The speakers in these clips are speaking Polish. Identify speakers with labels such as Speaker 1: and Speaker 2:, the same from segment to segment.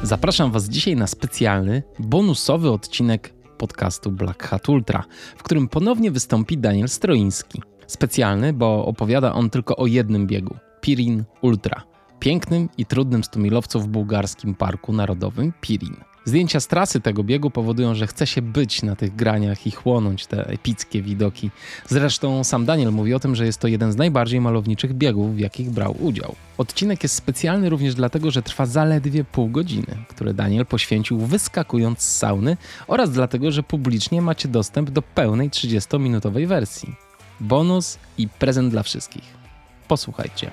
Speaker 1: Zapraszam Was dzisiaj na specjalny, bonusowy odcinek podcastu Black Hat Ultra, w którym ponownie wystąpi Daniel Stroiński. Specjalny, bo opowiada on tylko o jednym biegu – Pirin Ultra. Pięknym i trudnym 100-milowcu w bułgarskim Parku Narodowym Pirin. Zdjęcia z trasy tego biegu powodują, że chce się być na tych graniach i chłonąć te epickie widoki. Zresztą sam Daniel mówi o tym, że jest to jeden z najbardziej malowniczych biegów, w jakich brał udział. Odcinek jest specjalny również dlatego, że trwa zaledwie pół godziny, które Daniel poświęcił wyskakując z sauny oraz dlatego, że publicznie macie dostęp do pełnej 30-minutowej wersji. Bonus i prezent dla wszystkich. Posłuchajcie.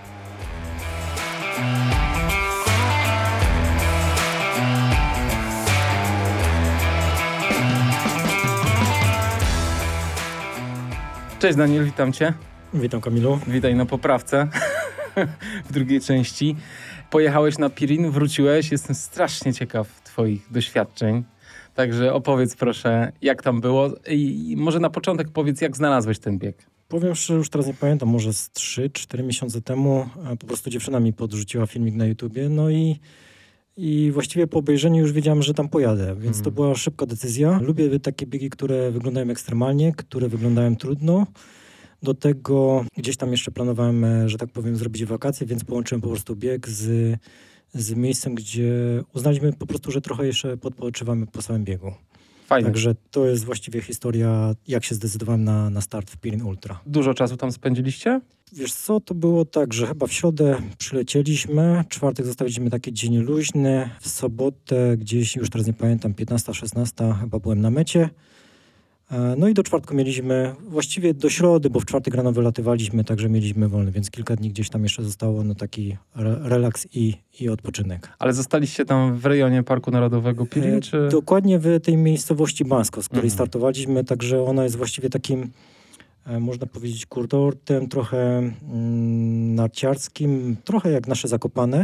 Speaker 1: Cześć Daniel, witam Cię.
Speaker 2: Witam Kamilu.
Speaker 1: Witaj na poprawce w drugiej części. Pojechałeś na Pirin, wróciłeś. Jestem strasznie ciekaw Twoich doświadczeń. Także opowiedz proszę, jak tam było i może na początek powiedz, jak znalazłeś ten bieg.
Speaker 2: Powiem szczerze, już teraz nie pamiętam, może z 3-4 miesiące temu po prostu dziewczyna mi podrzuciła filmik na YouTubie, no i właściwie po obejrzeniu już wiedziałem, że tam pojadę, więc to była szybka decyzja. Lubię takie biegi, które wyglądają ekstremalnie, które wyglądają trudno. Do tego gdzieś tam jeszcze planowałem, że tak powiem, zrobić wakacje, więc połączyłem po prostu bieg z miejscem, gdzie uznaliśmy po prostu, że trochę jeszcze podpoczywamy po samym biegu.
Speaker 1: Fajnie.
Speaker 2: Także to jest właściwie historia, jak się zdecydowałem na start w Pirin Ultra.
Speaker 1: Dużo czasu tam spędziliście?
Speaker 2: Wiesz co, to było tak, że chyba w środę przylecieliśmy, czwartek zostawiliśmy taki dzień luźny, w sobotę gdzieś, już teraz nie pamiętam, 15-16 chyba byłem na mecie. No i do czwartku mieliśmy, właściwie do środy, bo w czwartek rano wylatywaliśmy, także mieliśmy wolny, więc kilka dni gdzieś tam jeszcze zostało na taki relaks i odpoczynek.
Speaker 1: Ale zostaliście tam w rejonie Parku Narodowego Pirin, czy?
Speaker 2: Dokładnie w tej miejscowości Bansko, z której startowaliśmy, także ona jest właściwie takim, można powiedzieć, kurortem trochę narciarskim, trochę jak nasze Zakopane.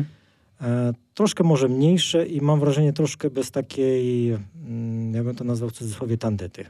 Speaker 2: Troszkę może mniejsze i mam wrażenie troszkę bez takiej, ja bym to nazwał w cudzysłowie, tandety.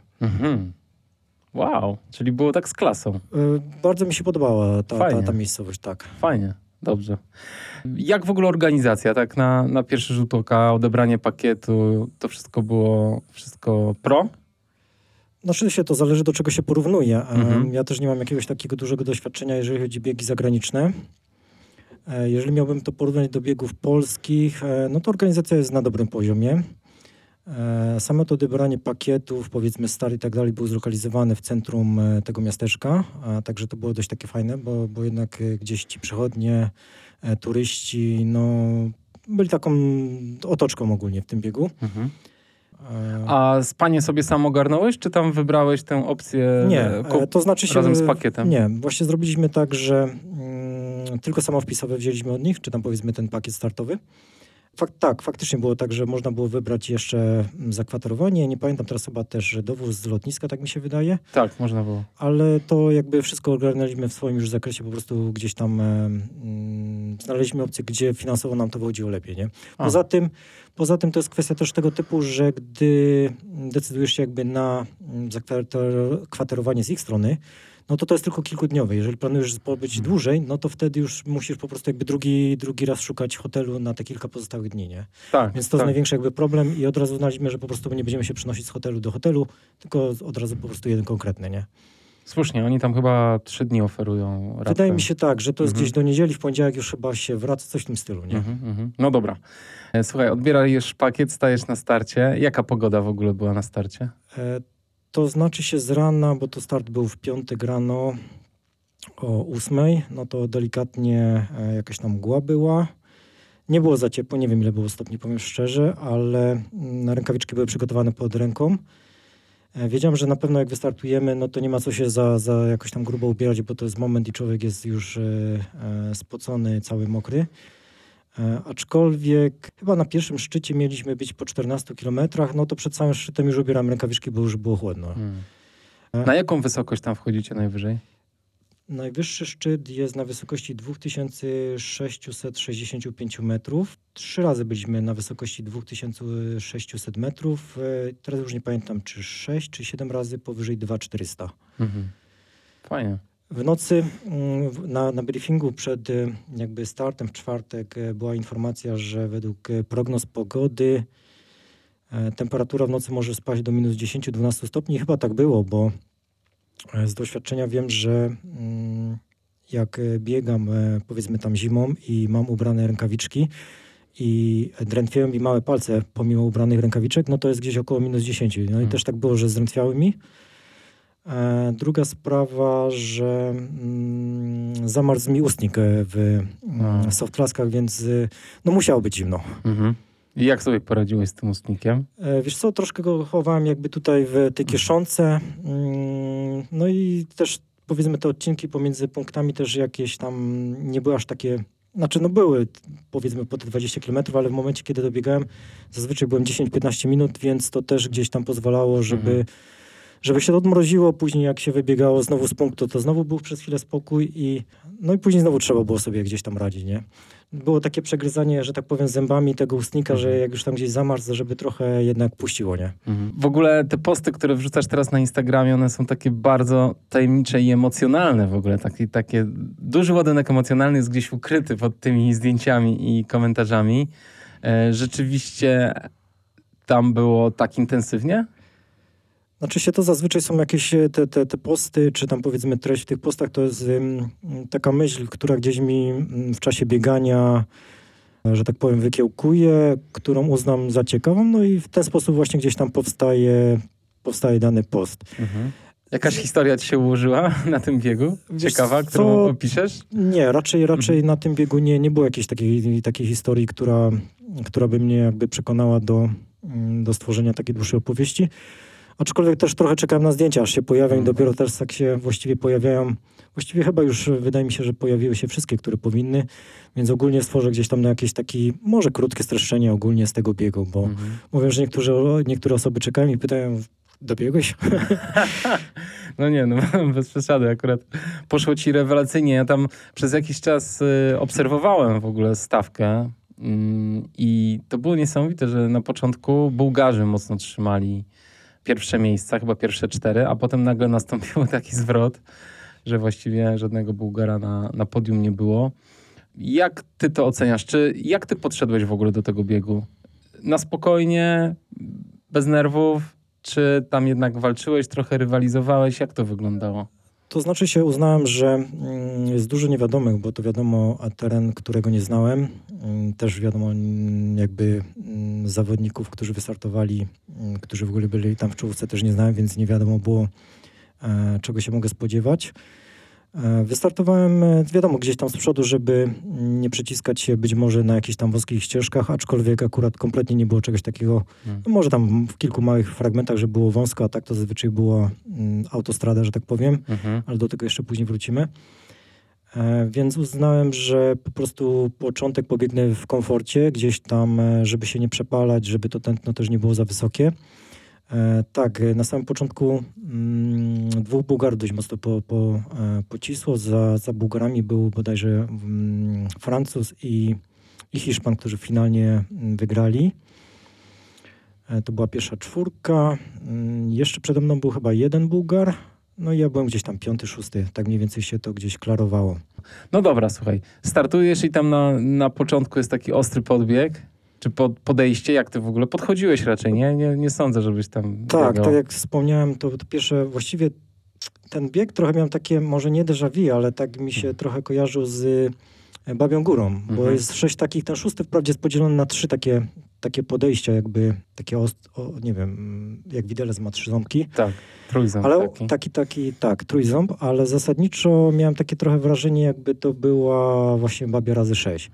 Speaker 1: Wow, czyli było tak z klasą.
Speaker 2: Bardzo mi się podobała ta miejscowość, tak.
Speaker 1: Fajnie, dobrze. Jak w ogóle organizacja, tak na pierwszy rzut oka, odebranie pakietu, to wszystko było pro?
Speaker 2: Znaczy się to zależy, do czego się porównuje. Ja też nie mam jakiegoś takiego dużego doświadczenia, jeżeli chodzi o biegi zagraniczne. Jeżeli miałbym to porównać do biegów polskich, no to organizacja jest na dobrym poziomie. Samo to odebranie pakietów, powiedzmy stary i tak dalej, był zlokalizowany w centrum tego miasteczka, także to było dość takie fajne, bo jednak gdzieś ci przechodnie, turyści, no byli taką otoczką ogólnie w tym biegu.
Speaker 1: A spanie sobie sam ogarnąłeś, czy tam wybrałeś tę opcję?
Speaker 2: Nie, to znaczy się
Speaker 1: razem z pakietem?
Speaker 2: Nie, właśnie zrobiliśmy tak, że tylko samowpisowe wzięliśmy od nich, czy tam powiedzmy ten pakiet startowy. Faktycznie było tak, że można było wybrać jeszcze zakwaterowanie. Nie pamiętam teraz chyba też dowóz z lotniska, tak mi się wydaje.
Speaker 1: Tak, można było.
Speaker 2: Ale to jakby wszystko ogarnęliśmy w swoim już zakresie, po prostu gdzieś tam znaleźliśmy opcję, gdzie finansowo nam to wychodziło lepiej, nie? Poza tym to jest kwestia też tego typu, że gdy decydujesz się jakby na zakwaterowanie z ich strony, no to jest tylko kilkudniowe. Jeżeli planujesz pobyć dłużej, no to wtedy już musisz po prostu jakby drugi raz szukać hotelu na te kilka pozostałych dni, nie?
Speaker 1: Tak.
Speaker 2: Więc to jest największy jakby problem i od razu uznaliśmy, że po prostu nie będziemy się przenosić z hotelu do hotelu, tylko od razu po prostu jeden konkretny, nie?
Speaker 1: Słusznie, oni tam chyba 3 dni oferują raptem.
Speaker 2: Wydaje mi się tak, że to jest gdzieś do niedzieli, w poniedziałek już chyba się wraca, coś w tym stylu, nie?
Speaker 1: No dobra. Słuchaj, odbierajesz pakiet, stajesz na starcie. Jaka pogoda w ogóle była na starcie?
Speaker 2: To znaczy się z rana, bo to start był w piątek rano o 8:00, no to delikatnie jakaś tam mgła była. Nie było za ciepło, nie wiem ile było stopni, powiem szczerze, ale rękawiczki były przygotowane pod ręką. Wiedziałem, że na pewno jak wystartujemy, no to nie ma co się za jakoś tam grubo ubierać, bo to jest moment i człowiek jest już spocony, cały mokry. Aczkolwiek chyba na pierwszym szczycie mieliśmy być po 14 kilometrach, no to przed samym szczytem już ubieram rękawiczki, bo już było chłodno.
Speaker 1: Na jaką wysokość tam wchodzicie najwyżej?
Speaker 2: Najwyższy szczyt jest na wysokości 2665 metrów. 3 razy byliśmy na wysokości 2600 metrów. Teraz już nie pamiętam, czy 6 czy 7 razy powyżej 2400.
Speaker 1: Fajnie.
Speaker 2: W nocy na briefingu przed jakby startem w czwartek była informacja, że według prognoz pogody temperatura w nocy może spaść do minus 10-12 stopni. Chyba tak było, bo z doświadczenia wiem, że jak biegam powiedzmy tam zimą i mam ubrane rękawiczki i drętwieją mi małe palce pomimo ubranych rękawiczek, no to jest gdzieś około minus 10. No i też tak było, że zdrętwiały mi. Druga sprawa, że zamarzł mi ustnik w softlaskach, więc no musiało być zimno.
Speaker 1: I jak sobie poradziłeś z tym ustnikiem?
Speaker 2: Wiesz co, troszkę go chowałem jakby tutaj w tej kieszonce. No i też powiedzmy te odcinki pomiędzy punktami też jakieś tam nie były aż takie, znaczy no były powiedzmy po te 20 km, ale w momencie kiedy dobiegałem zazwyczaj byłem 10-15 minut, więc to też gdzieś tam pozwalało, żeby się to odmroziło. Później jak się wybiegało znowu z punktu, to znowu był przez chwilę spokój i później znowu trzeba było sobie gdzieś tam radzić, nie? Było takie przegryzanie, że tak powiem, zębami tego ustnika, że jak już tam gdzieś zamarzł, żeby trochę jednak puściło, nie?
Speaker 1: W ogóle te posty, które wrzucasz teraz na Instagramie, one są takie bardzo tajemnicze i emocjonalne w ogóle. Takie duży ładunek emocjonalny jest gdzieś ukryty pod tymi zdjęciami i komentarzami. Rzeczywiście tam było tak intensywnie?
Speaker 2: Znaczy się to zazwyczaj są jakieś te posty, czy tam powiedzmy treść w tych postach, to jest taka myśl, która gdzieś mi w czasie biegania, że tak powiem, wykiełkuje, którą uznam za ciekawą, no i w ten sposób właśnie gdzieś tam powstaje dany post.
Speaker 1: Jakaś historia ci się ułożyła na tym biegu? Ciekawa, którą opiszesz?
Speaker 2: Nie, raczej na tym biegu nie było jakiejś takiej historii, która by mnie jakby przekonała do stworzenia takiej dłuższej opowieści. Aczkolwiek też trochę czekałem na zdjęcia, aż się pojawią i dopiero teraz tak się właściwie pojawiają. Właściwie chyba już wydaje mi się, że pojawiły się wszystkie, które powinny, więc ogólnie stworzę gdzieś tam na jakieś taki, może krótkie streszczenie ogólnie z tego biegu, bo mówię, że niektóre osoby czekają i pytają, dobiegłeś?
Speaker 1: No nie, bez przesady akurat poszło ci rewelacyjnie. Ja tam przez jakiś czas obserwowałem w ogóle stawkę i to było niesamowite, że na początku Bułgarzy mocno trzymali pierwsze miejsca, chyba pierwsze 4, a potem nagle nastąpił taki zwrot, że właściwie żadnego Bułgara na podium nie było. Jak ty to oceniasz? Jak ty podszedłeś w ogóle do tego biegu? Na spokojnie, bez nerwów? Czy tam jednak walczyłeś, trochę rywalizowałeś? Jak to wyglądało?
Speaker 2: To znaczy się uznałem, że jest dużo niewiadomych, bo to wiadomo teren, którego nie znałem. Też wiadomo jakby zawodników, którzy wystartowali, którzy w ogóle byli tam w czołówce, też nie znałem, więc nie wiadomo było, czego się mogę spodziewać. Wystartowałem, wiadomo, gdzieś tam z przodu, żeby nie przyciskać się być może na jakichś tam wąskich ścieżkach, aczkolwiek akurat kompletnie nie było czegoś takiego, no może tam w kilku małych fragmentach, że było wąsko, a tak to zazwyczaj była autostrada, że tak powiem, ale do tego jeszcze później wrócimy. Więc uznałem, że po prostu początek pobiegnę w komforcie, gdzieś tam, żeby się nie przepalać, żeby to tętno też nie było za wysokie. Tak, na samym początku 2 Bułgarów dość mocno pocisło. Za Bułgarami był bodajże Francuz i Hiszpan, którzy finalnie wygrali. To była pierwsza 4. Jeszcze przede mną był chyba 1 Bułgar. No i ja byłem gdzieś tam 5., 6. Tak mniej więcej się to gdzieś klarowało.
Speaker 1: No dobra, słuchaj. Startujesz i tam na początku jest taki ostry podbieg. Czy podejście, jak ty w ogóle podchodziłeś raczej, nie? Nie sądzę, żebyś tam
Speaker 2: Tak,
Speaker 1: biegał.
Speaker 2: tak jak wspomniałem, to pierwsze, właściwie ten bieg trochę miałem takie, może nie déjà vu, ale tak mi się trochę kojarzył z Babią Górą, bo jest 6 takich, ten 6 wprawdzie jest podzielony na 3 takie podejścia, jakby takie, nie wiem, jak widelec ma 3 ząbki.
Speaker 1: Tak, trójząb
Speaker 2: ale
Speaker 1: taki.
Speaker 2: Tak, trójząb, ale zasadniczo miałem takie trochę wrażenie, jakby to była właśnie Babia razy 6.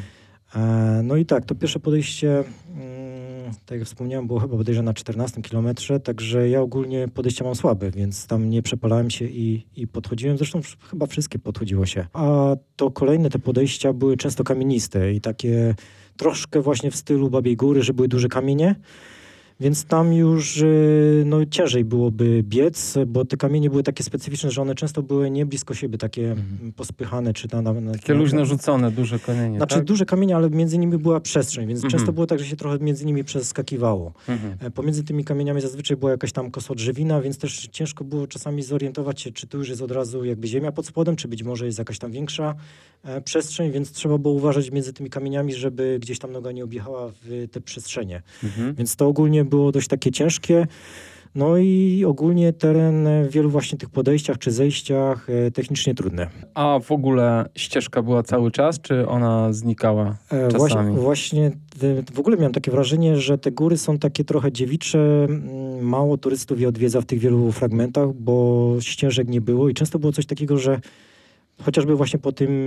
Speaker 2: No i tak, to pierwsze podejście, tak jak wspomniałem, było chyba bodajże na 14 kilometrze, także ja ogólnie podejścia mam słabe, więc tam nie przepalałem się i podchodziłem, zresztą chyba wszystkie podchodziło się. A to kolejne te podejścia były często kamieniste i takie troszkę właśnie w stylu Babiej Góry, że były duże kamienie, Więc tam już no, ciężej byłoby biec, bo te kamienie były takie specyficzne, że one często były nie blisko siebie, takie pospychane. Czy
Speaker 1: takie luźno rzucone, duże kamienie,
Speaker 2: znaczy
Speaker 1: tak?
Speaker 2: duże kamienie, ale między nimi była przestrzeń, więc często było tak, że się trochę między nimi przeskakiwało. Pomiędzy tymi kamieniami zazwyczaj była jakaś tam kosodrzewina, więc też ciężko było czasami zorientować się, czy tu już jest od razu jakby ziemia pod spodem, czy być może jest jakaś tam większa przestrzeń, więc trzeba było uważać między tymi kamieniami, żeby gdzieś tam noga nie objechała w te przestrzenie. Więc to ogólnie było dość takie ciężkie. No i ogólnie teren w wielu właśnie tych podejściach czy zejściach technicznie trudny.
Speaker 1: A w ogóle ścieżka była cały czas, czy ona znikała czasami?
Speaker 2: Właśnie w ogóle miałem takie wrażenie, że te góry są takie trochę dziewicze. Mało turystów je odwiedza w tych wielu fragmentach, bo ścieżek nie było i często było coś takiego, że chociażby właśnie po tym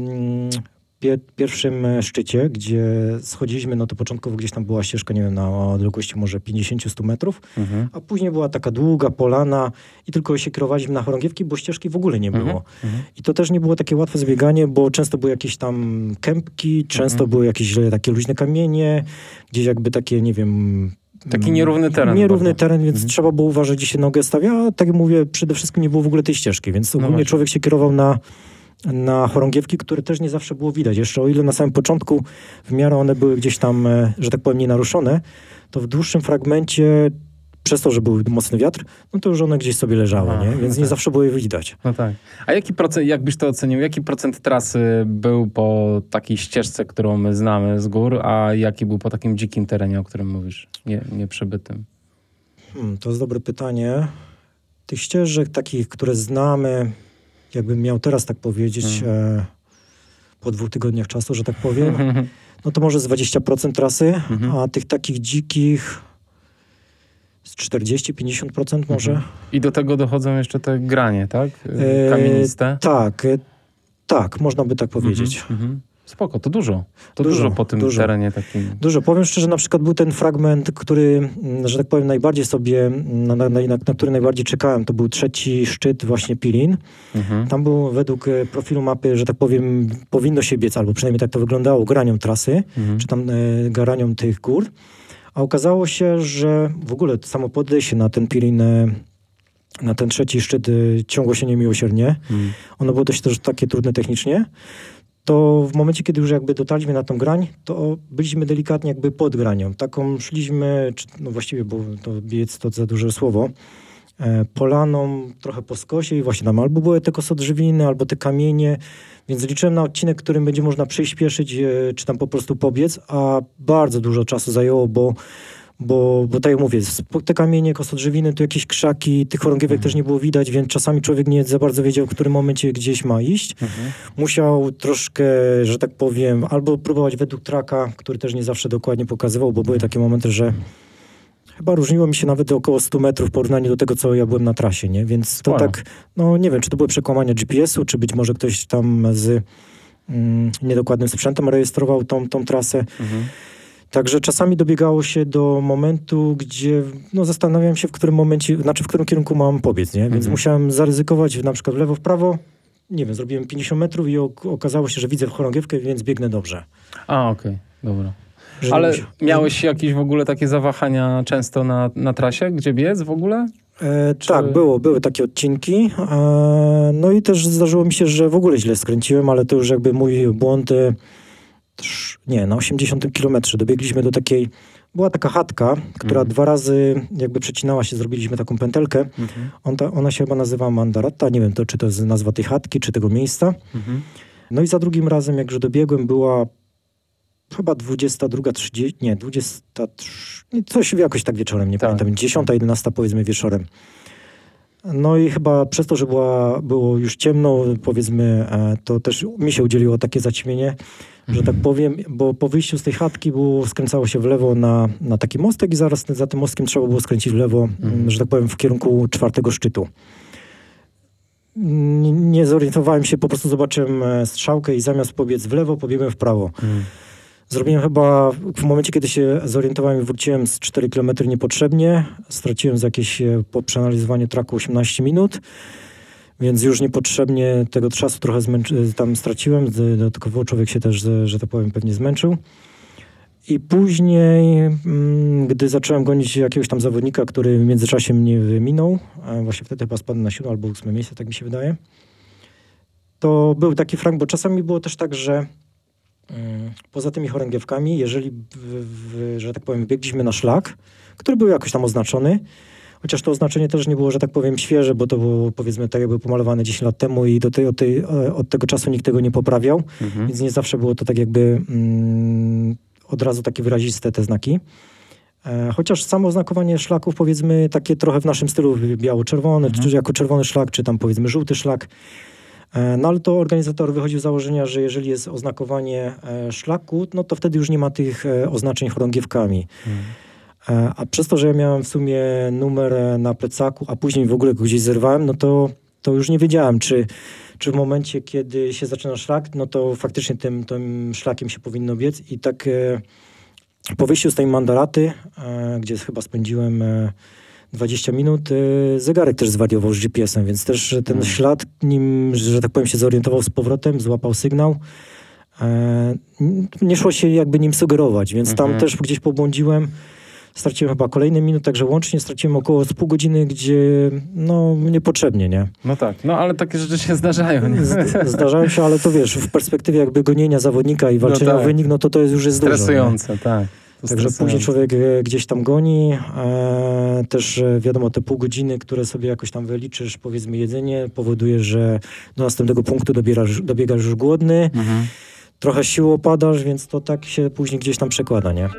Speaker 2: pierwszym szczycie, gdzie schodziliśmy, no to początkowo gdzieś tam była ścieżka, nie wiem, na odległości może 50-100 metrów, a później była taka długa polana i tylko się kierowaliśmy na chorągiewki, bo ścieżki w ogóle nie było. I to też nie było takie łatwe zbieganie, bo często były jakieś tam kępki, często były jakieś takie luźne kamienie, gdzieś jakby takie, nie wiem...
Speaker 1: Taki nierówny teren.
Speaker 2: Nierówny teren, więc trzeba było uważać, gdzie się nogę stawia, a tak jak mówię, przede wszystkim nie było w ogóle tej ścieżki, więc ogólnie człowiek się kierował na chorągiewki, które też nie zawsze było widać. Jeszcze o ile na samym początku w miarę one były gdzieś tam, że tak powiem, nienaruszone, to w dłuższym fragmencie, przez to, że był mocny wiatr, no to już one gdzieś sobie leżały, nie? Więc nie zawsze było je widać.
Speaker 1: No tak. A jaki procent, jakbyś to ocenił, jaki procent trasy był po takiej ścieżce, którą my znamy z gór, a jaki był po takim dzikim terenie, o którym mówisz, nieprzebytym?
Speaker 2: To jest dobre pytanie. Tych ścieżek takich, które znamy, jakbym miał teraz tak powiedzieć, po 2 tygodniach czasu, że tak powiem, no to może z 20% trasy, a tych takich dzikich z 40-50% może.
Speaker 1: I do tego dochodzą jeszcze te granie, tak? Kamieniste?
Speaker 2: Tak, można by tak powiedzieć.
Speaker 1: Spoko, to dużo. To dużo po tym terenie takim.
Speaker 2: Dużo. Powiem szczerze, na przykład był ten fragment, który, że tak powiem, najbardziej sobie, na który najbardziej czekałem, to był 3. szczyt właśnie Pirin. Tam był według profilu mapy, że tak powiem, powinno się biec, albo przynajmniej tak to wyglądało, granią trasy, czy tam granią tych gór. A okazało się, że w ogóle to samo podejście na ten Pirin, na ten 3. szczyt ciągło się niemiłosiernie. Ono było dość też takie trudne technicznie. To w momencie, kiedy już jakby dotarliśmy na tą grań, to byliśmy delikatnie jakby pod granią. Taką szliśmy, no właściwie, bo to biec to za duże słowo, polaną, trochę po skosie i właśnie tam albo były te kosodrzewiny, albo te kamienie, więc liczyłem na odcinek, którym będzie można przyspieszyć, czy tam po prostu pobiec, a bardzo dużo czasu zajęło, bo tak jak mówię, te kamienie, kosodrzewiny, tu jakieś krzaki, tych chorągiewek też nie było widać, więc czasami człowiek nie za bardzo wiedział, w którym momencie gdzieś ma iść. Musiał troszkę, że tak powiem, albo próbować według traka, który też nie zawsze dokładnie pokazywał, bo były takie momenty, że chyba różniło mi się nawet około 100 metrów w porównaniu do tego, co ja byłem na trasie, nie? Więc to tak, no nie wiem, czy to były przekłamania GPS-u, czy być może ktoś tam z niedokładnym sprzętem rejestrował tą trasę. Także czasami dobiegało się do momentu, gdzie no, zastanawiałem się, w którym momencie, znaczy w którym kierunku mam pobiec, nie? Więc musiałem zaryzykować na przykład w lewo, w prawo. Nie wiem, zrobiłem 50 metrów i okazało się, że widzę chorągiewkę, więc biegnę dobrze.
Speaker 1: Okej, dobra. Ale miałeś jakieś w ogóle takie zawahania często na trasie, gdzie biec w ogóle?
Speaker 2: Tak, były takie odcinki. No i też zdarzyło mi się, że w ogóle źle skręciłem, ale to już jakby mój błąd. Na 80 kilometrze dobiegliśmy do takiej, była taka chatka, która 2 razy jakby przecinała się, zrobiliśmy taką pętelkę. Ona się chyba nazywa Mandarata, nie wiem czy to jest nazwa tej chatki, czy tego miejsca. No i za drugim razem, jak już dobiegłem, była chyba 22:30, nie, 23, coś jakoś tak wieczorem, nie pamiętam, 10, 11 powiedzmy wieczorem. No i chyba przez to, że było już ciemno, powiedzmy, to też mi się udzieliło takie zaćmienie, że tak powiem, bo po wyjściu z tej chatki skręcało się w lewo na taki mostek i zaraz za tym mostkiem trzeba było skręcić w lewo, że tak powiem, w kierunku 4. szczytu. Nie zorientowałem się, po prostu zobaczyłem strzałkę i zamiast pobiec w lewo, pobiegłem w prawo. Zrobiłem chyba, w momencie, kiedy się zorientowałem i wróciłem z 4 km niepotrzebnie, straciłem za jakieś po przeanalizowaniu traku 18 minut, więc już niepotrzebnie tego czasu trochę tam straciłem, dodatkowo człowiek się też, że tak powiem, pewnie zmęczył. I później, gdy zacząłem gonić jakiegoś tam zawodnika, który w międzyczasie mnie wyminął, właśnie wtedy chyba spadł na 7 albo 8 miejsce, tak mi się wydaje, to był taki Frank, bo czasami było też tak, że poza tymi chorągiewkami, jeżeli, że tak powiem, biegliśmy na szlak, który był jakoś tam oznaczony, chociaż to oznaczenie też nie było, że tak powiem, świeże, bo to było, powiedzmy, tak jakby pomalowane 10 lat temu i od tego czasu nikt tego nie poprawiał, więc nie zawsze było to tak jakby od razu takie wyraziste te znaki. Chociaż samo oznakowanie szlaków, powiedzmy, takie trochę w naszym stylu biało-czerwony, czy jako czerwony szlak, czy tam powiedzmy żółty szlak. No ale to organizator wychodził z założenia, że jeżeli jest oznakowanie szlaku, no to wtedy już nie ma tych oznaczeń chorągiewkami. A przez to, że ja miałem w sumie numer na plecaku, a później w ogóle go gdzieś zerwałem, no to już nie wiedziałem, czy w momencie, kiedy się zaczyna szlak, no to faktycznie tym szlakiem się powinno biec. I tak po wyjściu z tej Mandaraty, gdzie chyba spędziłem 20 minut, zegarek też zwariował z GPS-em, więc też ten ślad, nim, że tak powiem, się zorientował z powrotem, złapał sygnał. Nie szło się jakby nim sugerować, więc tam też gdzieś pobłądziłem. Straciłem chyba kolejny minut, także łącznie straciłem około z pół godziny, gdzie no niepotrzebnie, nie?
Speaker 1: No tak, no ale takie rzeczy się zdarzają, nie?
Speaker 2: Zdarzają się, ale to wiesz, w perspektywie jakby gonienia zawodnika i walczenia o wynik, no to już jest dużo.
Speaker 1: Stresujące, tak.
Speaker 2: Także później człowiek gdzieś tam goni, też wiadomo, te pół godziny, które sobie jakoś tam wyliczysz, powiedzmy jedzenie, powoduje, że do następnego punktu dobiegasz już głodny, trochę sił opadasz, więc to tak się później gdzieś tam przekłada, nie?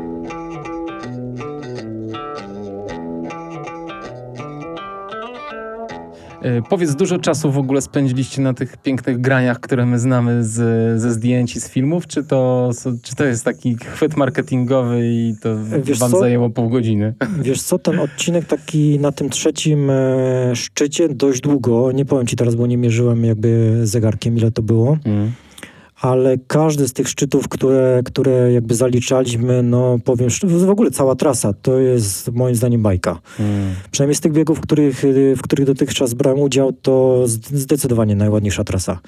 Speaker 1: Powiedz, dużo czasu w ogóle spędziliście na tych pięknych graniach, które my znamy ze zdjęć i z filmów, czy to jest taki chwyt marketingowy i to wam zajęło pół godziny?
Speaker 2: Wiesz co, ten odcinek taki na tym trzecim szczycie dość długo, nie powiem ci teraz, bo nie mierzyłem jakby zegarkiem, ile to było, ale każdy z tych szczytów, które jakby zaliczaliśmy, no powiem, w ogóle cała trasa, to jest moim zdaniem bajka. Przynajmniej z tych biegów, w których dotychczas brałem udział, to zdecydowanie najładniejsza trasa.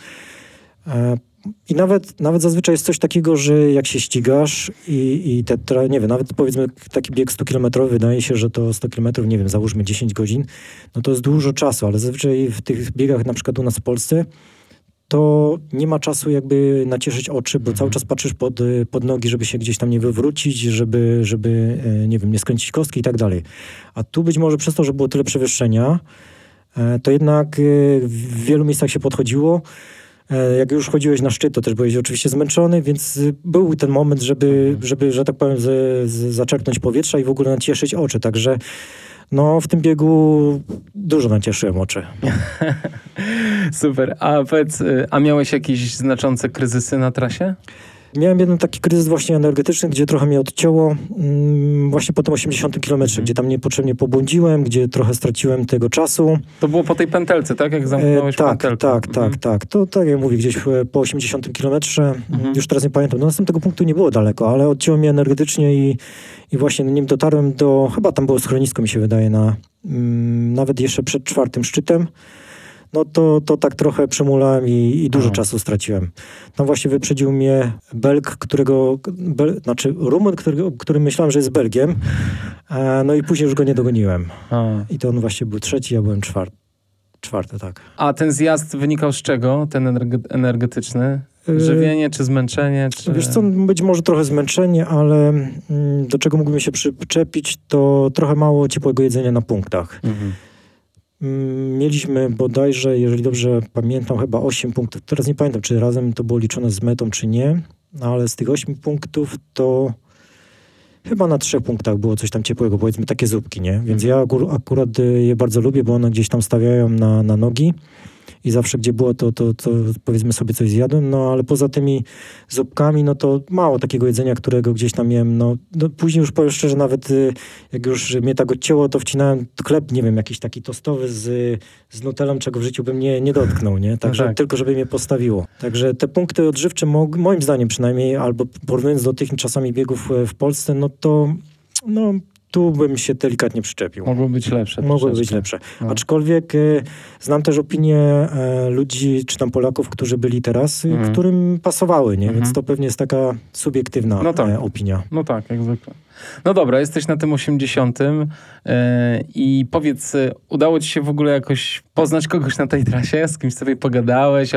Speaker 2: I nawet zazwyczaj jest coś takiego, że jak się ścigasz i nie wiem, nawet powiedzmy taki bieg 100-kilometrowy, wydaje się, że to 100 kilometrów, nie wiem, załóżmy 10 godzin, no to jest dużo czasu, ale zazwyczaj w tych biegach, na przykład u nas w Polsce, to nie ma czasu jakby nacieszyć oczy, bo cały czas patrzysz pod nogi, żeby się gdzieś tam nie wywrócić, żeby nie wiem, nie skręcić kostki i tak dalej. A tu być może przez to, że było tyle przewyższenia, to jednak w wielu miejscach się podchodziło. Jak już chodziłeś na szczyt, to też byłeś oczywiście zmęczony, więc był ten moment, żeby że tak powiem, zaczerpnąć powietrza i w ogóle nacieszyć oczy. Także no, w tym biegu dużo nacieszyłem oczy.
Speaker 1: Super. A powiedz, miałeś jakieś znaczące kryzysy na trasie?
Speaker 2: Miałem jeden taki kryzys właśnie energetyczny, gdzie trochę mnie odcięło właśnie po tym 80 kilometrze, gdzie tam niepotrzebnie pobłądziłem, gdzie trochę straciłem tego czasu.
Speaker 1: To było po tej pętelce, tak? Jak zamknąłeś pętelkę.
Speaker 2: Tak. To tak jak mówię, gdzieś po 80 kilometrze, już teraz nie pamiętam, do następnego punktu nie było daleko, ale odcięło mnie energetycznie i właśnie nim dotarłem chyba tam było schronisko, mi się wydaje, nawet jeszcze przed 4. szczytem. No to tak trochę przemulałem i dużo czasu straciłem. Tam właśnie wyprzedził mnie Belg, Rumun, którym myślałem, że jest Belgiem. No i później już go nie dogoniłem. I to on właśnie był 3, ja byłem 4, tak.
Speaker 1: A ten zjazd wynikał z czego? Ten energetyczny? Żywienie czy zmęczenie? Czy...
Speaker 2: Wiesz co, być może trochę zmęczenie, ale do czego mógłbym się przyczepić, to trochę mało ciepłego jedzenia na punktach. Mieliśmy bodajże, jeżeli dobrze pamiętam, chyba 8 punktów. Teraz nie pamiętam, czy razem to było liczone z metą, czy nie, ale z tych 8 punktów to chyba na 3 punktach było coś tam ciepłego, powiedzmy takie zupki, nie? Więc ja akurat je bardzo lubię, bo one gdzieś tam stawiają na nogi i zawsze gdzie było, to powiedzmy sobie coś zjadłem, no ale poza tymi zupkami, no to mało takiego jedzenia, którego gdzieś tam jem, no później już powiem szczerze, nawet jak już mnie tak odcięło, to wcinałem chleb, nie wiem, jakiś taki tostowy z nutellą, czego w życiu bym nie dotknął, nie? Także tak. Tylko żeby mnie postawiło. Także te punkty odżywcze, moim zdaniem przynajmniej, albo porównując do tych czasami biegów w Polsce, no to tu bym się delikatnie przyczepił.
Speaker 1: Mogły być lepsze.
Speaker 2: Mogły być lepsze. No. Aczkolwiek znam też opinię ludzi, czy tam Polaków, którzy byli teraz, którym pasowały, nie? Więc to pewnie jest taka subiektywna opinia.
Speaker 1: No tak, jak zwykle. No dobra, jesteś na tym 80. I powiedz, udało ci się w ogóle jakoś poznać kogoś na tej trasie? Z kimś sobie pogadałeś?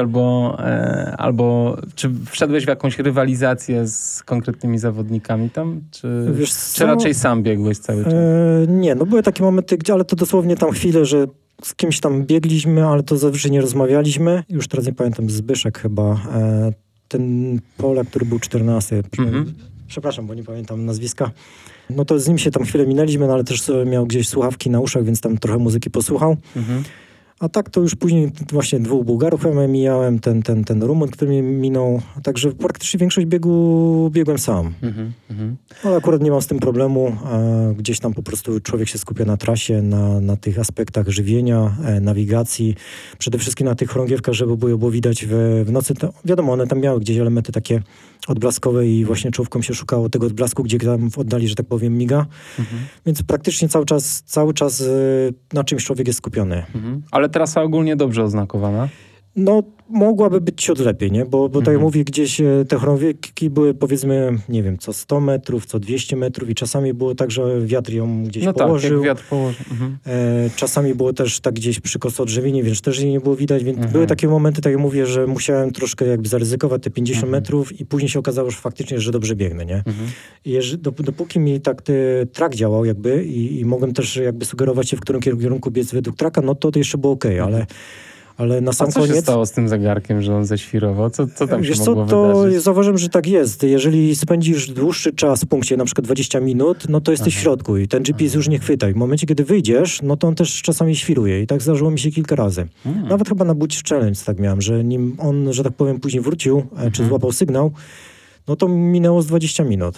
Speaker 1: Albo czy wszedłeś w jakąś rywalizację z konkretnymi zawodnikami tam? Czy raczej sam biegłeś cały czas?
Speaker 2: Nie, no były takie momenty, ale to dosłownie tam chwilę, że z kimś tam biegliśmy, ale to zazwyczaj nie rozmawialiśmy. Już teraz nie pamiętam, Zbyszek chyba. Ten Polak, który był 14. Przepraszam, bo nie pamiętam nazwiska. No to z nim się tam chwilę minęliśmy, no ale też miał gdzieś słuchawki na uszach, więc tam trochę muzyki posłuchał. A tak to już później właśnie 2 Bułgarów ja mijałem, ten Rumun, który mnie minął. Także praktycznie większość biegu biegłem sam. Ale akurat nie mam z tym problemu. Gdzieś tam po prostu człowiek się skupia na trasie, na tych aspektach żywienia, nawigacji. Przede wszystkim na tych chorągiewkach, żeby było widać w nocy. To, wiadomo, one tam miały gdzieś elementy takie odblaskowe i właśnie czołówką się szukało tego odblasku, gdzie tam w oddali, że tak powiem, miga. Więc praktycznie cały czas na czymś człowiek jest skupiony.
Speaker 1: Ale trasa ogólnie dobrze oznakowana?
Speaker 2: No, mogłaby być ciut lepiej, nie? Bo tak jak mówię, gdzieś te chorągiewki były, powiedzmy, nie wiem, co 100 metrów, co 200 metrów i czasami było tak, że wiatr ją gdzieś położył.
Speaker 1: Tak, jak wiatr położył.
Speaker 2: Czasami było też tak gdzieś przy kosodrzewinie, więc też jej nie było widać, więc były takie momenty, tak jak mówię, że musiałem troszkę jakby zaryzykować te 50 metrów i później się okazało, że faktycznie, że dobrze biegnę, nie? I dopóki mi tak track działał jakby i mogłem też jakby sugerować się, w którym kierunku biec według tracka, no to jeszcze było okej, ale na sam koniec...
Speaker 1: Co się stało z tym zegarkiem, że on ześwirował? Co tam się mogło
Speaker 2: wydarzyć? Zauważyłem, że tak jest. Jeżeli spędzisz dłuższy czas w punkcie, na przykład 20 minut, no to jesteś w środku i ten GPS już nie chwyta. I w momencie, kiedy wyjdziesz, no to on też czasami świruje. I tak zdarzyło mi się kilka razy. Nawet chyba na Butch Challenge tak miałem, że nim on, że tak powiem, później wrócił, czy złapał sygnał, no to minęło z 20 minut.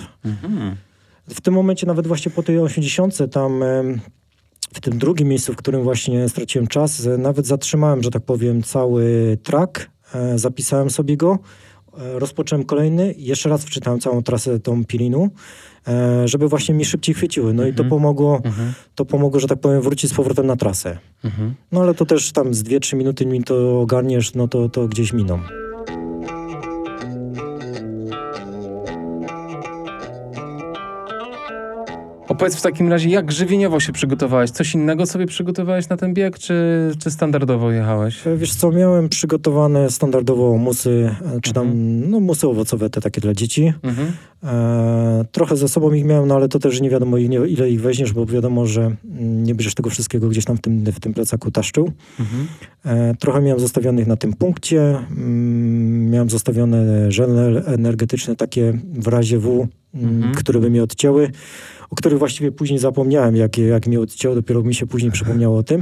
Speaker 2: W tym momencie nawet właśnie po tej 80 tam... W tym drugim miejscu, w którym właśnie straciłem czas, nawet zatrzymałem, że tak powiem, cały track, zapisałem sobie go, rozpocząłem kolejny, jeszcze raz wczytałem całą trasę tą Pirinu, żeby właśnie mi szybciej chwyciły. No i to pomogło, że tak powiem, wrócić z powrotem na trasę. No ale to też tam z 2-3 minuty mi to ogarniesz, no to gdzieś miną.
Speaker 1: Opowiedz w takim razie, jak żywieniowo się przygotowałeś? Coś innego sobie przygotowałeś na ten bieg, czy standardowo jechałeś?
Speaker 2: Wiesz co, miałem przygotowane standardowo musy, czy tam musy owocowe, te takie dla dzieci. Trochę ze sobą ich miałem, no ale to też nie wiadomo ile ich weźmiesz, bo wiadomo, że nie bierzesz tego wszystkiego gdzieś tam w tym plecaku taszczył. Trochę miałem zostawionych na tym punkcie. Miałem zostawione żele energetyczne takie w razie W, które by mnie odcięły, o których właściwie później zapomniałem, jak mnie odcięło, dopiero mi się później przypomniało o tym.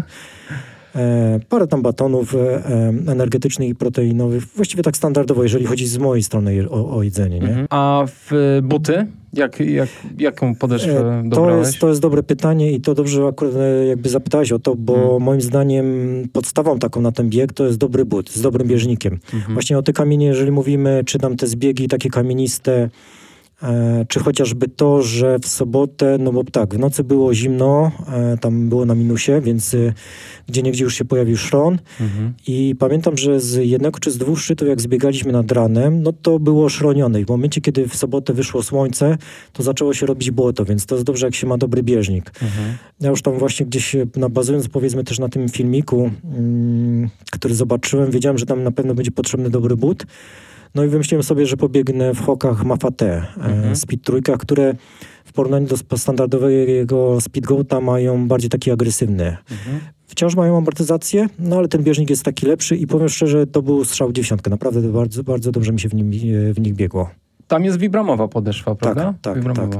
Speaker 2: Parę tam batonów energetycznych i proteinowych, właściwie tak standardowo, jeżeli chodzi z mojej strony o jedzenie. Nie?
Speaker 1: A w buty? Jaką podeszwę dobrałeś?
Speaker 2: To jest dobre pytanie i to dobrze akurat jakby zapytałeś o to, bo moim zdaniem podstawą taką na ten bieg to jest dobry but, z dobrym bieżnikiem. Właśnie o te kamienie, jeżeli mówimy, czy tam te zbiegi takie kamieniste, czy chociażby to, że w sobotę, no bo tak, w nocy było zimno, tam było na minusie, więc gdzieniegdzie już się pojawił szron i pamiętam, że z jednego czy z 2 szczytów, jak zbiegaliśmy nad ranem, no to było szronione i w momencie, kiedy w sobotę wyszło słońce, to zaczęło się robić błoto, więc to jest dobrze, jak się ma dobry bieżnik. Ja już tam właśnie gdzieś bazując, powiedzmy też na tym filmiku, który zobaczyłem, wiedziałem, że tam na pewno będzie potrzebny dobry but. No i wymyśliłem sobie, że pobiegnę w Hokach Mafate, Speed trójkach, które w porównaniu do standardowego Speed Goata mają bardziej taki agresywny. Wciąż mają amortyzację, no ale ten bieżnik jest taki lepszy i powiem szczerze, to był strzał w 10. Naprawdę bardzo, bardzo dobrze mi się w nich biegło.
Speaker 1: Tam jest wibramowa podeszwa, prawda?
Speaker 2: Tak.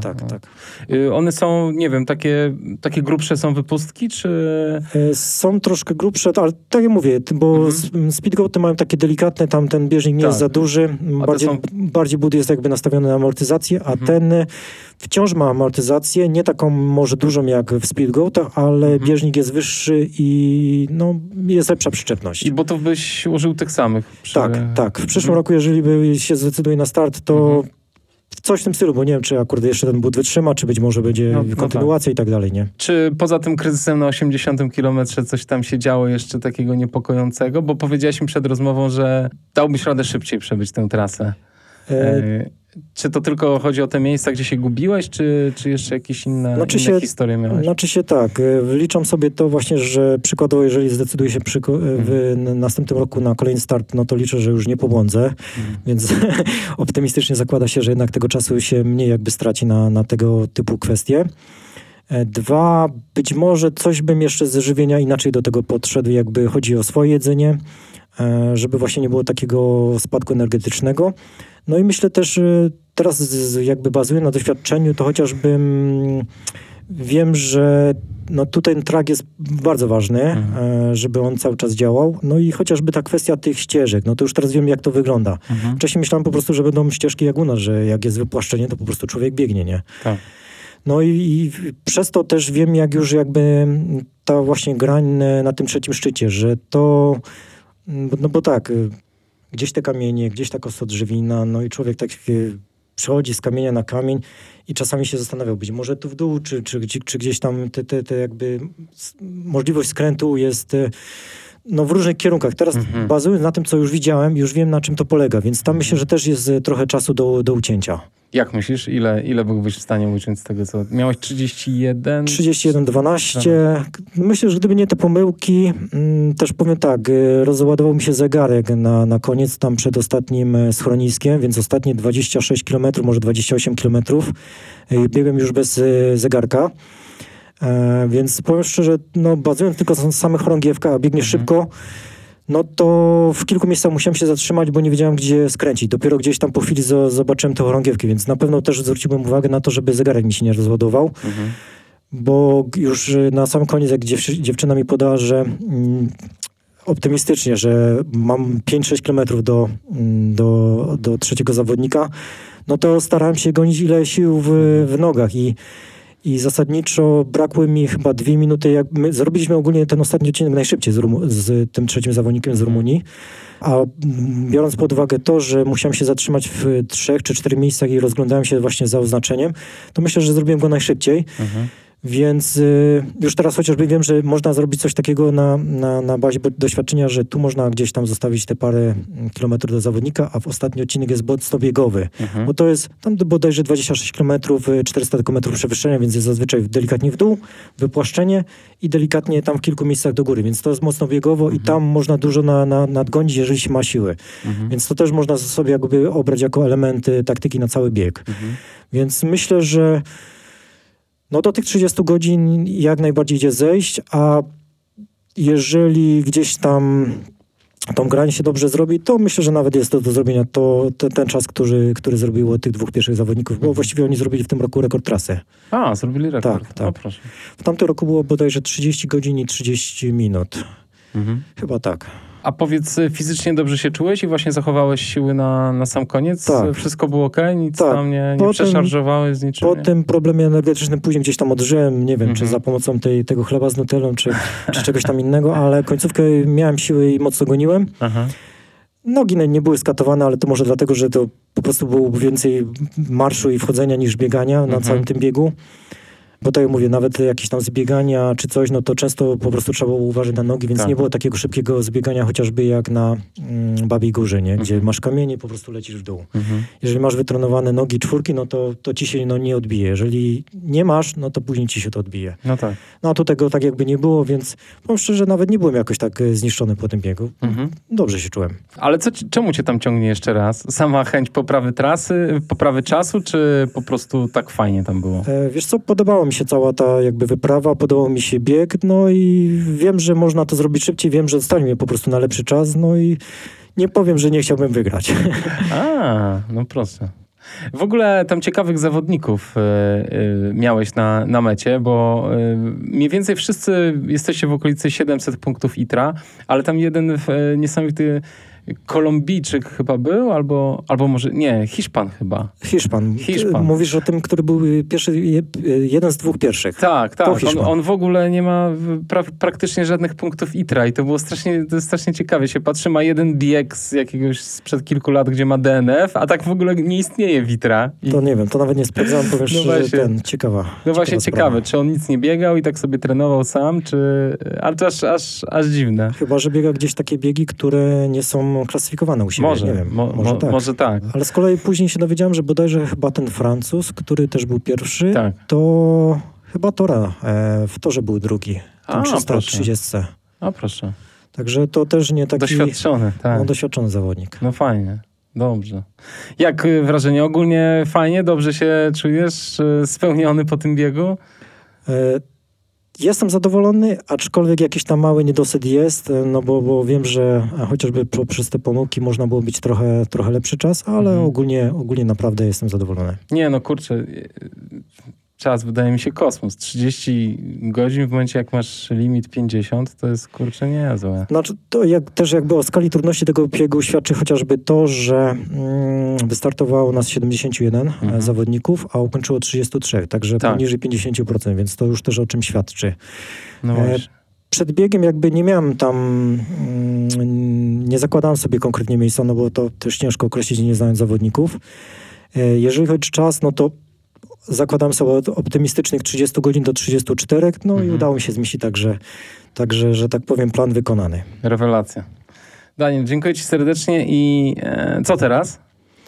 Speaker 1: One są, nie wiem, takie grubsze są wypustki, czy...
Speaker 2: Są troszkę grubsze, ale tak jak mówię, bo Speedgoaty mają takie delikatne, tam ten bieżnik nie jest za duży, bardziej but jest jakby nastawiony na amortyzację, a ten wciąż ma amortyzację, nie taką może dużą jak w Speedgoatach, ale bieżnik jest wyższy i no, jest lepsza przyczepność.
Speaker 1: I butów byś użył tych samych?
Speaker 2: Tak. W przyszłym roku, jeżeli się zdecyduje na start, to Coś w tym stylu, bo nie wiem, czy akurat jeszcze ten but wytrzyma, czy być może będzie kontynuacja i tak dalej, nie?
Speaker 1: Czy poza tym kryzysem na 80 kilometrze coś tam się działo jeszcze takiego niepokojącego? Bo powiedziałeś mi przed rozmową, że dałbyś radę szybciej przebyć tę trasę. Czy to tylko chodzi o te miejsca, gdzie się gubiłeś, czy jeszcze jakieś inne historie miałeś?
Speaker 2: Znaczy się tak, wliczam sobie to właśnie, że przykładowo, jeżeli zdecyduję się w następnym roku na kolejny start, no to liczę, że już nie pobłądzę, więc optymistycznie zakłada się, że jednak tego czasu się mniej jakby straci na tego typu kwestie. 2, być może coś bym jeszcze z żywienia inaczej do tego podszedł, jakby chodzi o swoje jedzenie, żeby właśnie nie było takiego spadku energetycznego. No i myślę też, teraz jakby bazuję na doświadczeniu, to chociażby wiem, że no tutaj ten track jest bardzo ważny, żeby on cały czas działał. No i chociażby ta kwestia tych ścieżek, no to już teraz wiem, jak to wygląda. Wcześniej myślałem po prostu, że będą ścieżki jak u nas, że jak jest wypłaszczenie, to po prostu człowiek biegnie, nie?
Speaker 1: Tak.
Speaker 2: No i przez to też wiem, jak już jakby ta właśnie grań na tym trzecim szczycie, że to, no bo tak, gdzieś te kamienie, gdzieś ta kostodrzewina, no i człowiek tak przechodzi z kamienia na kamień i czasami się zastanawiał, być może tu w dół, czy gdzieś tam te jakby możliwość skrętu jest no w różnych kierunkach. Teraz bazując na tym, co już widziałem, już wiem, na czym to polega, więc tam myślę, że też jest trochę czasu do ucięcia.
Speaker 1: Jak myślisz, ile byłbyś w stanie uciąć z tego, co... Miałeś 31?
Speaker 2: 31,12. Myślę, że gdyby nie te pomyłki, też powiem tak, rozładował mi się zegarek na koniec, tam przed ostatnim schroniskiem, więc ostatnie 26 km, może 28 km biegłem już bez zegarka. Więc powiem szczerze, no bazując tylko na samych chorągiewkach, a biegniesz szybko, no to w kilku miejscach musiałem się zatrzymać, bo nie wiedziałem, gdzie skręcić. Dopiero gdzieś tam po chwili zobaczyłem te chorągiewki, więc na pewno też zwróciłem uwagę na to, żeby zegarek mi się nie rozładował. Bo już na sam koniec, jak dziewczyna mi podała, że optymistycznie, że mam 5-6 kilometrów do trzeciego zawodnika, no to starałem się gonić ile sił w nogach i zasadniczo brakły mi chyba 2 minuty. Jak my zrobiliśmy ogólnie ten ostatni odcinek najszybciej z tym trzecim zawodnikiem z Rumunii, a biorąc pod uwagę to, że musiałem się zatrzymać w 3 czy 4 miejscach i rozglądałem się właśnie za oznaczeniem, to myślę, że zrobiłem go najszybciej. Więc już teraz chociażby wiem, że można zrobić coś takiego na bazie doświadczenia, że tu można gdzieś tam zostawić te parę kilometrów do zawodnika, a w ostatni odcinek jest mocno biegowy. Bo to jest tam bodajże 26 km, 400 km przewyższenia, więc jest zazwyczaj delikatnie w dół, wypłaszczenie i delikatnie tam w kilku miejscach do góry. Więc to jest mocno biegowo i tam można dużo nadgonić, jeżeli się ma siły. Więc to też można sobie jakby obrać jako element taktyki na cały bieg. Więc myślę, że no do tych 30 godzin jak najbardziej idzie zejść, a jeżeli gdzieś tam tą grań się dobrze zrobi, to myślę, że nawet jest to do zrobienia ten czas, który zrobiło tych 2 pierwszych zawodników, bo właściwie oni zrobili w tym roku rekord trasy.
Speaker 1: A, zrobili rekord.
Speaker 2: Tak.
Speaker 1: O, proszę.
Speaker 2: W tamtym roku było bodajże 30 godzin i 30 minut. Chyba tak.
Speaker 1: A powiedz, fizycznie dobrze się czułeś i właśnie zachowałeś siły na sam koniec?
Speaker 2: Tak.
Speaker 1: Wszystko było okej? Nic tam nie przeszarżowałeś z niczym?
Speaker 2: Po tym problemie energetycznym później gdzieś tam odżyłem, nie wiem, czy za pomocą tego chleba z nutellą, czy czegoś tam innego, ale końcówkę miałem siły i mocno goniłem. Nogi nie były skatowane, ale to może dlatego, że to po prostu było więcej marszu i wchodzenia niż biegania na całym tym biegu. Bo tak jak mówię, nawet jakieś tam zbiegania czy coś, no to często po prostu trzeba było uważać na nogi, więc nie było takiego szybkiego zbiegania chociażby jak na Babiej Górze, nie? Gdzie masz kamienie, po prostu lecisz w dół. Jeżeli masz wytrenowane nogi 4, no to ci się nie odbije. Jeżeli nie masz, no to później ci się to odbije.
Speaker 1: No tak.
Speaker 2: No a tu tego tak jakby nie było, więc powiem szczerze, nawet nie byłem jakoś tak zniszczony po tym biegu. Dobrze się czułem.
Speaker 1: Ale czemu cię tam ciągnie jeszcze raz? Sama chęć poprawy trasy, poprawy czasu, czy po prostu tak fajnie tam było?
Speaker 2: Wiesz co, podobało mi się cała ta jakby wyprawa, podobał mi się bieg, no i wiem, że można to zrobić szybciej, wiem, że stanie mnie po prostu na lepszy czas, no i nie powiem, że nie chciałbym wygrać.
Speaker 1: No proste. W ogóle tam ciekawych zawodników miałeś na mecie, bo mniej więcej wszyscy jesteście w okolicy 700 punktów ITRA, ale tam jeden niesamowity Kolumbijczyk chyba był, albo może, nie, Hiszpan chyba.
Speaker 2: Hiszpan. Mówisz o tym, który był jeden z dwóch pierwszych.
Speaker 1: Tak. On w ogóle nie ma praktycznie żadnych punktów ITRA i to było strasznie ciekawe. Się patrzy, ma jeden bieg z jakiegoś sprzed kilku lat, gdzie ma DNF, a tak w ogóle nie istnieje WITRA.
Speaker 2: To nie wiem, to nawet nie sprawdzałem, powiesz, że ciekawa.
Speaker 1: No właśnie ciekawe, czy on nic nie biegał i tak sobie trenował sam, ale to aż dziwne.
Speaker 2: Chyba, że biega gdzieś takie biegi, które nie są klasyfikowane u siebie.
Speaker 1: Może,
Speaker 2: nie wiem.
Speaker 1: Może tak.
Speaker 2: Ale z kolei później się dowiedziałem, że bodajże chyba ten Francuz, który też był pierwszy, to chyba Tora w torze był drugi. Tam 330.
Speaker 1: A proszę.
Speaker 2: Także to też nie taki...
Speaker 1: Doświadczony, tak.
Speaker 2: No, doświadczony zawodnik.
Speaker 1: No fajnie. Dobrze. Jak wrażenie? Ogólnie fajnie? Dobrze się czujesz? Spełniony po tym biegu?
Speaker 2: Jestem zadowolony, aczkolwiek jakiś tam mały niedosyt jest, no bo wiem, że chociażby przez te pomyłki można było być trochę lepszy czas, ale ogólnie naprawdę jestem zadowolony.
Speaker 1: Nie, no kurczę, czas wydaje mi się kosmos. 30 godzin w momencie, jak masz limit 50, to jest kurczę niezłe.
Speaker 2: Znaczy, to też jakby o skali trudności tego biegu świadczy chociażby to, że wystartowało nas 71 zawodników, a ukończyło 33, także poniżej 50%, więc to już też o czym świadczy.
Speaker 1: No właśnie.
Speaker 2: Przed biegiem jakby nie miałem tam, nie zakładałem sobie konkretnie miejsca, no bo to też ciężko określić, nie znając zawodników. Jeżeli chodzi o czas, no to zakładam sobie od optymistycznych 30 godzin do 34, no i udało mi się zmieścić także, że tak powiem, plan wykonany.
Speaker 1: Rewelacja. Daniel, dziękuję ci serdecznie i co teraz?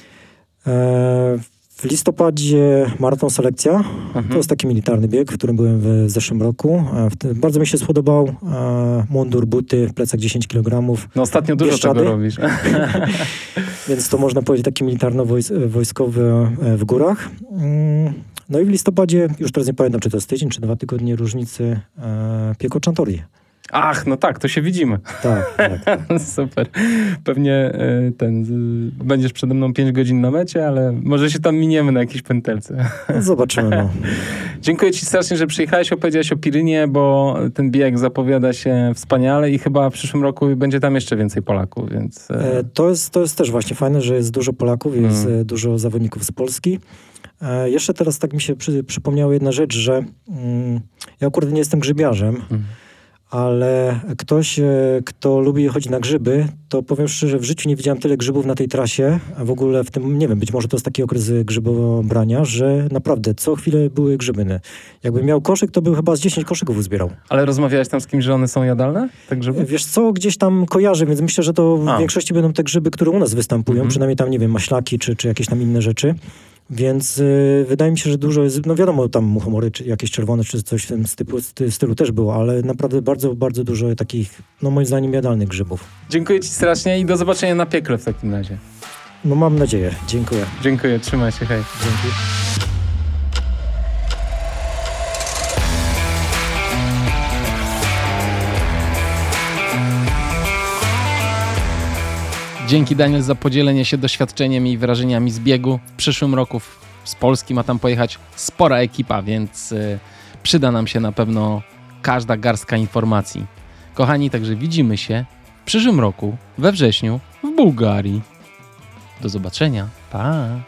Speaker 2: W listopadzie maraton selekcja. To jest taki militarny bieg, w którym byłem w zeszłym roku. Bardzo mi się spodobał. Mundur, buty, plecak 10 kg.
Speaker 1: No ostatnio dużo tego robisz.
Speaker 2: Więc to można powiedzieć taki militarno-wojskowy w górach. No i w listopadzie, już teraz nie pamiętam, czy to jest tydzień, czy 2 tygodnie różnicy, Pieko Chantori.
Speaker 1: Ach, no tak, to się widzimy.
Speaker 2: Tak.
Speaker 1: Super. Pewnie będziesz przede mną 5 godzin na mecie, ale może się tam miniemy na jakiejś pętelce.
Speaker 2: No, zobaczymy. No.
Speaker 1: Dziękuję ci strasznie, że przyjechałeś, opowiedziałeś o Pirynie, bo ten bieg zapowiada się wspaniale i chyba w przyszłym roku będzie tam jeszcze więcej Polaków, więc...
Speaker 2: To jest też właśnie fajne, że jest dużo Polaków, jest dużo zawodników z Polski. Jeszcze teraz tak mi się przypomniała jedna rzecz, że ja akurat nie jestem grzybiarzem, ale ktoś, kto lubi chodzić na grzyby, to powiem szczerze, w życiu nie widziałem tyle grzybów na tej trasie, a w ogóle w tym, nie wiem, być może to jest taki okres grzybobrania, że naprawdę co chwilę były grzyby. Jakbym miał koszyk, to bym chyba z 10 koszyków uzbierał.
Speaker 1: Ale rozmawiałeś tam z kimś, że one są jadalne, te grzyby?
Speaker 2: Wiesz co, gdzieś tam kojarzę, więc myślę, że to w większości będą te grzyby, które u nas występują, przynajmniej tam, nie wiem, maślaki czy jakieś tam inne rzeczy. Więc wydaje mi się, że dużo jest, no wiadomo, tam muchomory, czy jakieś czerwone, czy coś w tym stylu też było, ale naprawdę bardzo, bardzo dużo takich, no moim zdaniem, jadalnych grzybów.
Speaker 1: Dziękuję ci strasznie i do zobaczenia na piekle w takim razie.
Speaker 2: No mam nadzieję. Dziękuję.
Speaker 1: Dziękuję, trzymaj się, hej.
Speaker 2: Dzięki.
Speaker 1: Dzięki, Daniel, za podzielenie się doświadczeniem i wrażeniami z biegu. W przyszłym roku z Polski ma tam pojechać spora ekipa, więc przyda nam się na pewno każda garstka informacji. Kochani, także widzimy się w przyszłym roku, we wrześniu, w Bułgarii. Do zobaczenia. Pa!